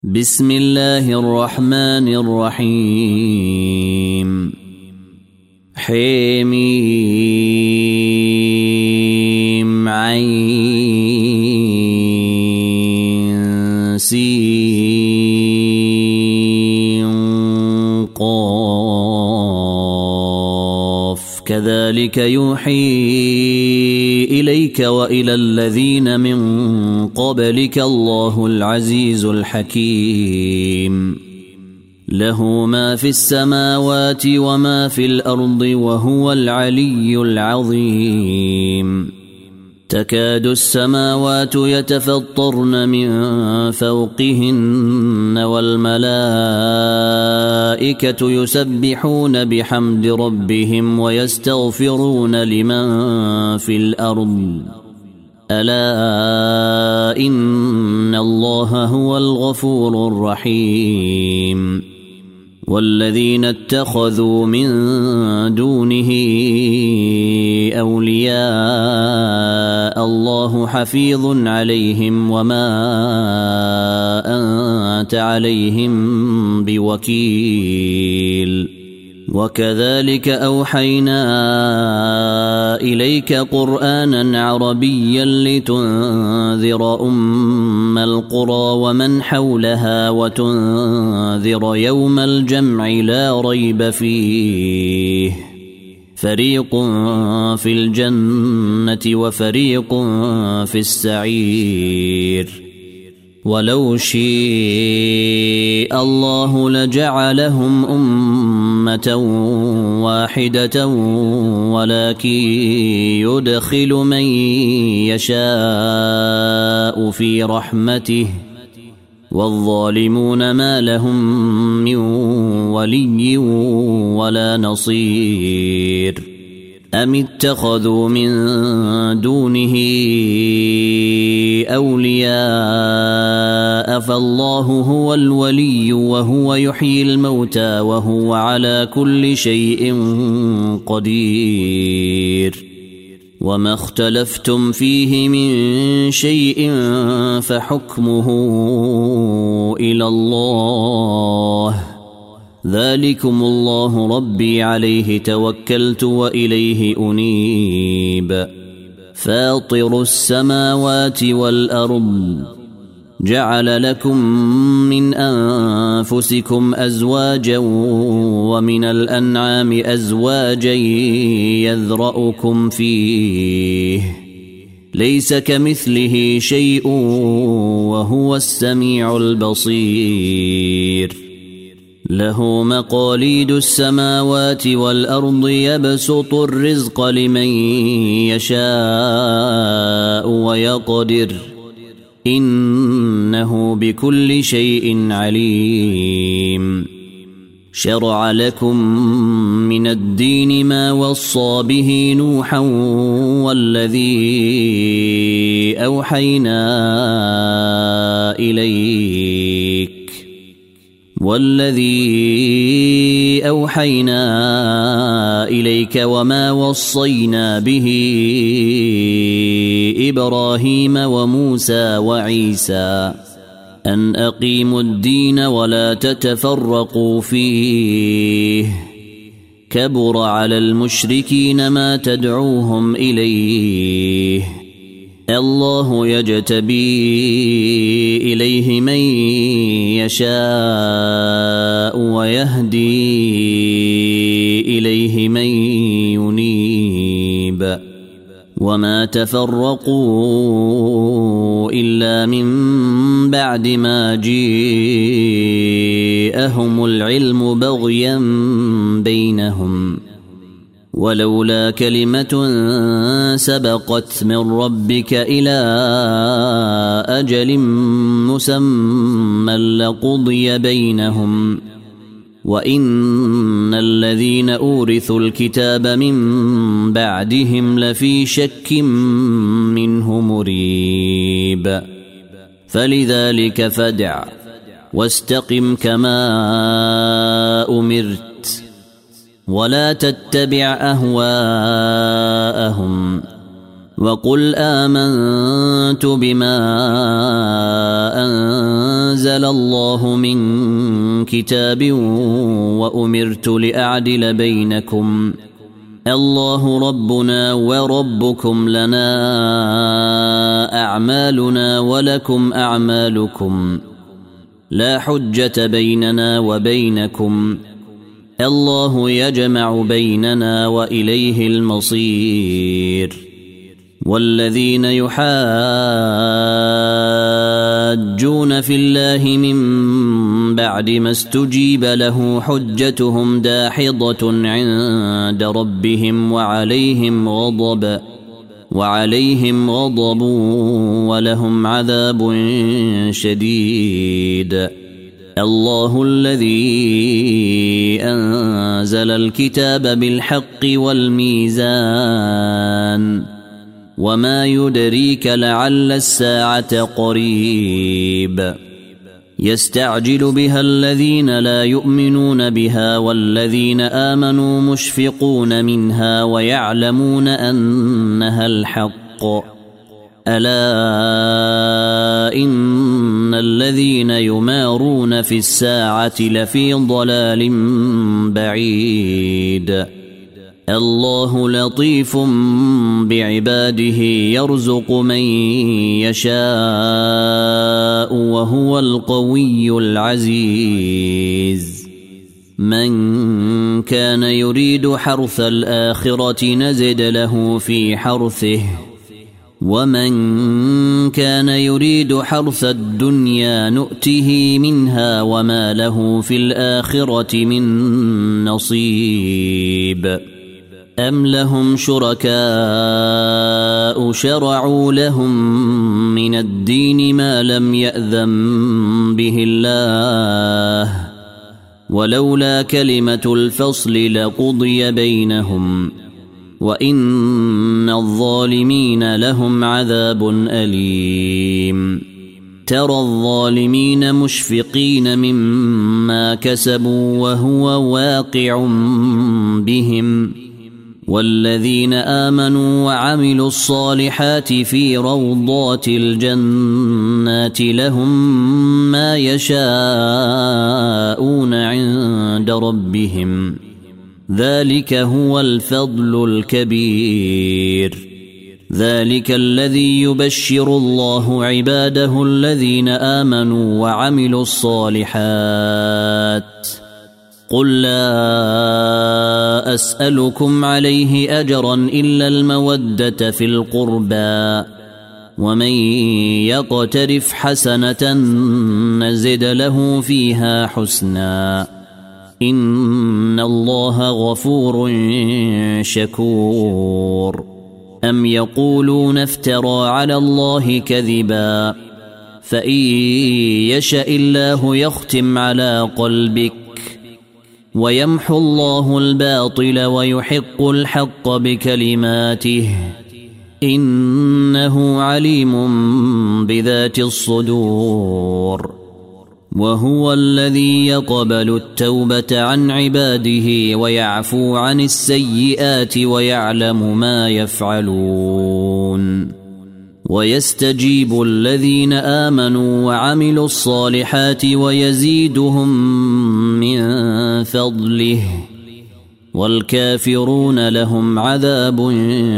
بسم الله الرحمن الرحيم حميم عين سين قاف كذلك يوحي إليك وإلى الذين من قبلك الله العزيز الحكيم له ما في السماوات وما في الأرض وهو العلي العظيم تكاد السماوات يتفطرن من فوقهن والملائكة يسبحون بحمد ربهم ويستغفرون لمن في الأرض ألا إن الله هو الغفور الرحيم والذين اتخذوا من دونه أولياء الله حفيظ عليهم وما أنت عليهم بوكيل وكذلك أوحينا إليك قرآنا عربيا لتنذر أم القرى ومن حولها وتنذر يوم الجمع لا ريب فيه فريق في الجنة وفريق في السعير ولو شاء الله لجعلهم أمة واحدة ولكن يدخل من يشاء في رحمته والظالمون ما لهم من ولي ولا نصير أم اتخذوا من دونه أولياء فالله هو الولي وهو يحيي الموتى وهو على كل شيء قدير وما اختلفتم فيه من شيء فحكمه إلى الله ذلكم الله ربي عليه توكلت وإليه أنيب فاطر السماوات والأرض جعل لكم من أنفسكم أزواجا ومن الأنعام أزواجا يذرأكم فيه ليس كمثله شيء وهو السميع البصير له مقاليد السماوات والأرض يبسط الرزق لمن يشاء ويقدر إنه بكل شيء عليم شرع لكم من الدين ما وصى به نوحا والذي أوحينا إليك وما وصينا به إبراهيم وموسى وعيسى أن أقيموا الدين ولا تتفرقوا فيه كبر على المشركين ما تدعوهم إليه الله يجتبي إليه من يشاء ويهدي إليه من ينيب وما تفرقوا إلا من بعد ما جاءهم العلم بغيا بينهم ولولا كلمة سبقت من ربك إلى أجل مسمى لقضي بينهم وإن الذين أورثوا الكتاب من بعدهم لفي شك منه مريب فلذلك فادع واستقم كما أمرت ولا تتبع أهواءهم وقل آمنت بما أنزل أنزل الله من كتاب وأمرت لأعدل بينكم الله ربنا وربكم لنا أعمالنا ولكم أعمالكم لا حجة بيننا وبينكم الله يجمع بيننا وإليه المصير والذين يحاجون في الله من بعد ما استجيب له حجتهم داحضة عند ربهم وعليهم غضب ولهم عذاب شديد الله الذي أنزل الكتاب بالحق والميزان وما يدريك لعل الساعة قريب يستعجل بها الذين لا يؤمنون بها والذين آمنوا مشفقون منها ويعلمون أنها الحق ألا إن الذين يمارون في الساعة لفي ضلال بعيد الله لطيف بعباده يرزق من يشاء وهو القوي العزيز من كان يريد حرث الآخرة نزد له في حرثه ومن كان يريد حرث الدنيا نؤته منها وما له في الآخرة من نصيب أم لهم شركاء شرعوا لهم من الدين ما لم يأذن به الله ولولا كلمة الفصل لقضي بينهم وإن الظالمين لهم عذاب أليم ترى الظالمين مشفقين مما كسبوا وهو واقع بهم والذين آمنوا وعملوا الصالحات في روضات الجنات لهم ما يشاءون عند ربهم ذلك هو الفضل الكبير ذلك الذي يبشر الله عباده الذين آمنوا وعملوا الصالحات قل لا أسألكم عليه أجرا إلا المودة في القربى ومن يقترف حسنة نزد له فيها حسنا إن الله غفور شكور أم يقولون افترى على الله كذبا فإن يشاء الله يختم على قلبك ويمحو الله الباطل ويحق الحق بكلماته إنه عليم بذات الصدور وهو الذي يقبل التوبة عن عباده ويعفو عن السيئات ويعلم ما يفعلون ويستجيب الذين آمنوا وعملوا الصالحات ويزيدهم من فضله والكافرون لهم عذاب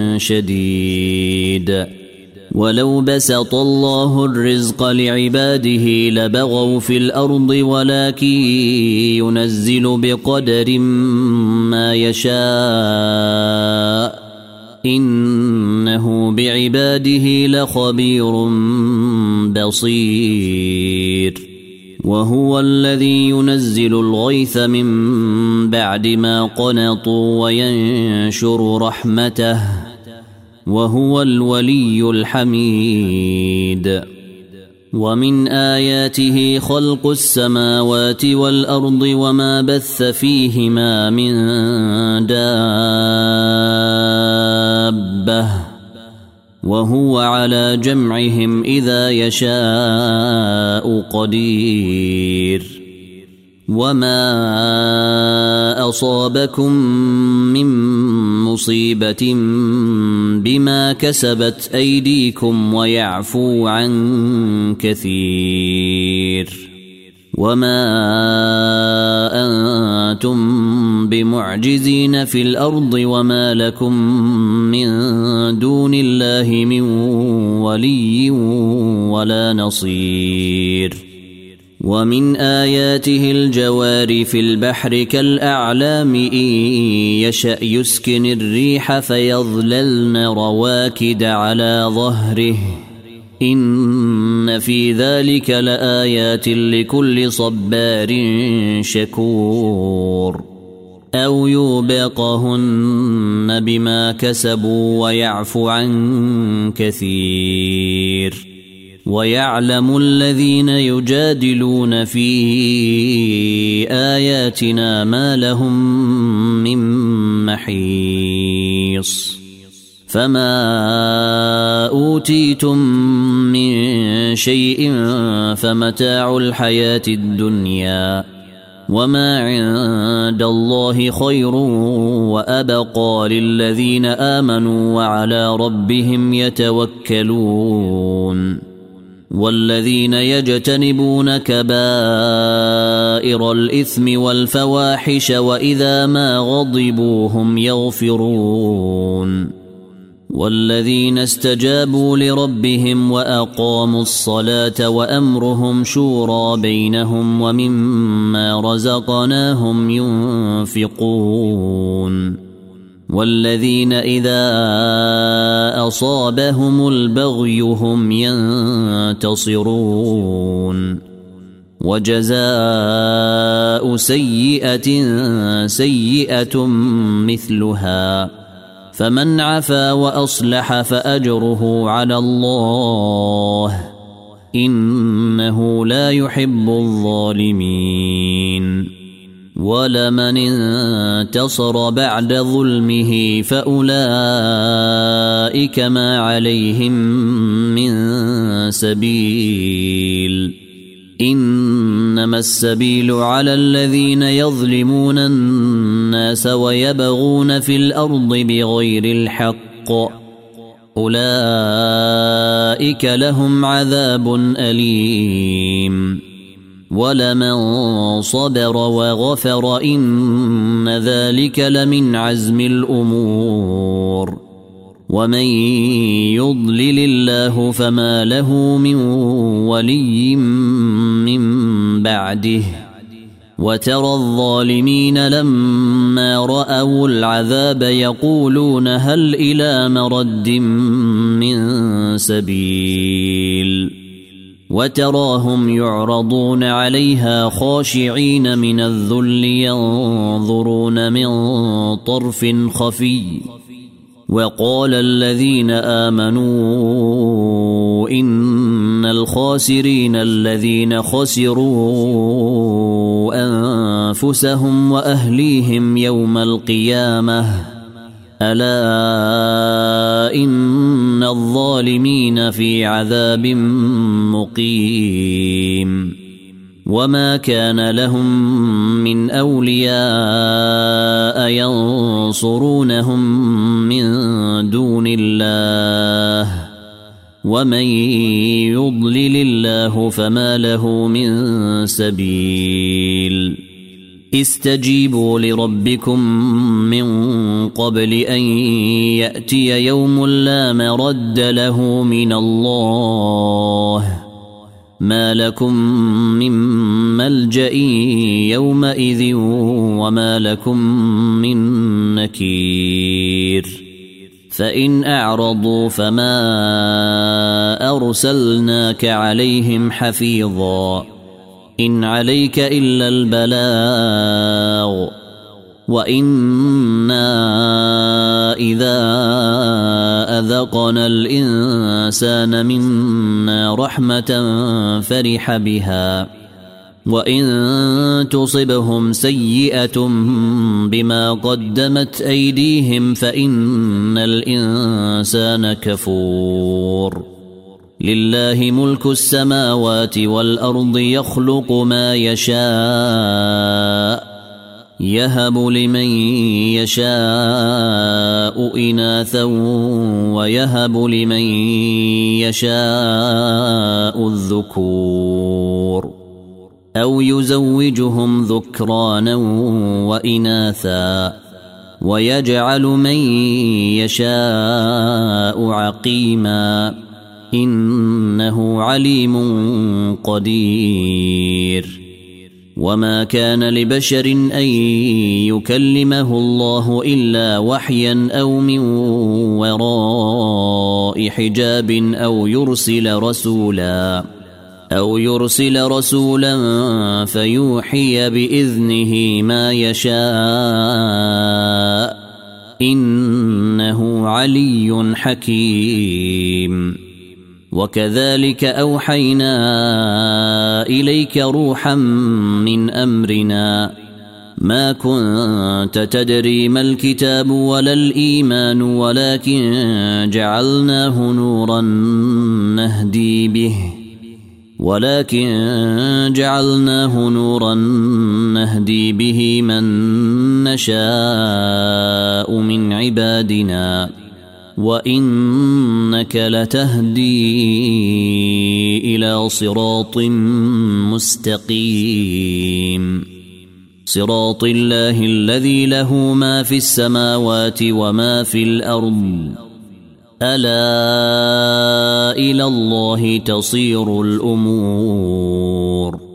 شديد ولو بسط الله الرزق لعباده لبغوا في الأرض ولكن ينزل بقدر ما يشاء إنه بعباده لخبير بصير وهو الذي ينزل الغيث من بعد ما قنطوا وينشر رحمته وهو الولي الحميد ومن آياته خلق السماوات والأرض وما بث فيهما من دابة وهو على جمعهم إذا يشاء قدير وما أصابكم من مصيبة بما كسبت أيديكم ويعفو عن كثير وما أنتم بمعجزين في الأرض وما لكم من دون الله من ولي ولا نصير ومن آياته الجوار في البحر كالأعلام إن يشأ يسكن الريح فيظللن رواكد على ظهره إن في ذلك لآيات لكل صبار شكور أو يوبقهن بما كسبوا ويعفو عن كثير ويعلم الذين يجادلون في آياتنا ما لهم من محيص فما أوتيتم من شيء فمتاع الحياة الدنيا وما عند الله خير وأبقى للذين آمنوا وعلى ربهم يتوكلون والذين يجتنبون كبائر الإثم والفواحش وإذا ما غضبوا هم يغفرون والذين استجابوا لربهم وأقاموا الصلاة وأمرهم شورى بينهم ومما رزقناهم ينفقون والذين إذا أصابهم البغي هم ينتصرون وجزاء سيئة سيئة مثلها فمن عفا وأصلح فأجره على الله إنه لا يحب الظالمين ولمن انتصر بعد ظلمه فأولئك ما عليهم من سبيل إنما السبيل على الذين يظلمون الناس ويبغون في الأرض بغير الحق أولئك لهم عذاب أليم ولمن صبر وغفر إن ذلك لمن عزم الأمور ومن يضلل الله فما له من ولي من بعده وترى الظالمين لما رأوا العذاب يقولون هل إلى مرد من سبيل وتراهم يعرضون عليها خاشعين من الذل ينظرون من طرف خفي وقال الذين آمنوا إن الخاسرين الذين خسروا أنفسهم وأهليهم يوم القيامة ألا إن الظالمين في عذاب مقيم وما كان لهم من أولياء ينصرونهم من دون الله ومن يضلل الله فما له من سبيل استجيبوا لربكم من قبل أن يأتي يوم لا مرد له من الله ما لكم من ملجأ يومئذ وما لكم من نكير فإن أعرضوا فما أرسلناك عليهم حفيظا إن عليك إلا البلاغ وإنا إذا أذقنا الإنسان منا رحمة فرح بها وإن تصبهم سيئة بما قدمت أيديهم فإن الإنسان كفور لله ملك السماوات والأرض يخلق ما يشاء يهب لمن يشاء إناثا ويهب لمن يشاء الذكور أو يزوجهم ذكرانا وإناثا ويجعل من يشاء عقيما إنه عليم قدير. وما كان لبشر أن يكلمه الله إلا وحيا أو من وراء حجاب أو يرسل رسولا فيوحي بإذنه ما يشاء إنه علي حكيم. وكذلك أوحينا إليك روحا من أمرنا ما كنت تدري ما الكتاب ولا الإيمان ولكن جعلناه نورا نهدي به من نشاء من عبادنا وإنك لتهدي إلى صراط مستقيم صراط الله الذي له ما في السماوات وما في الأرض ألا إلى الله تصير الأمور.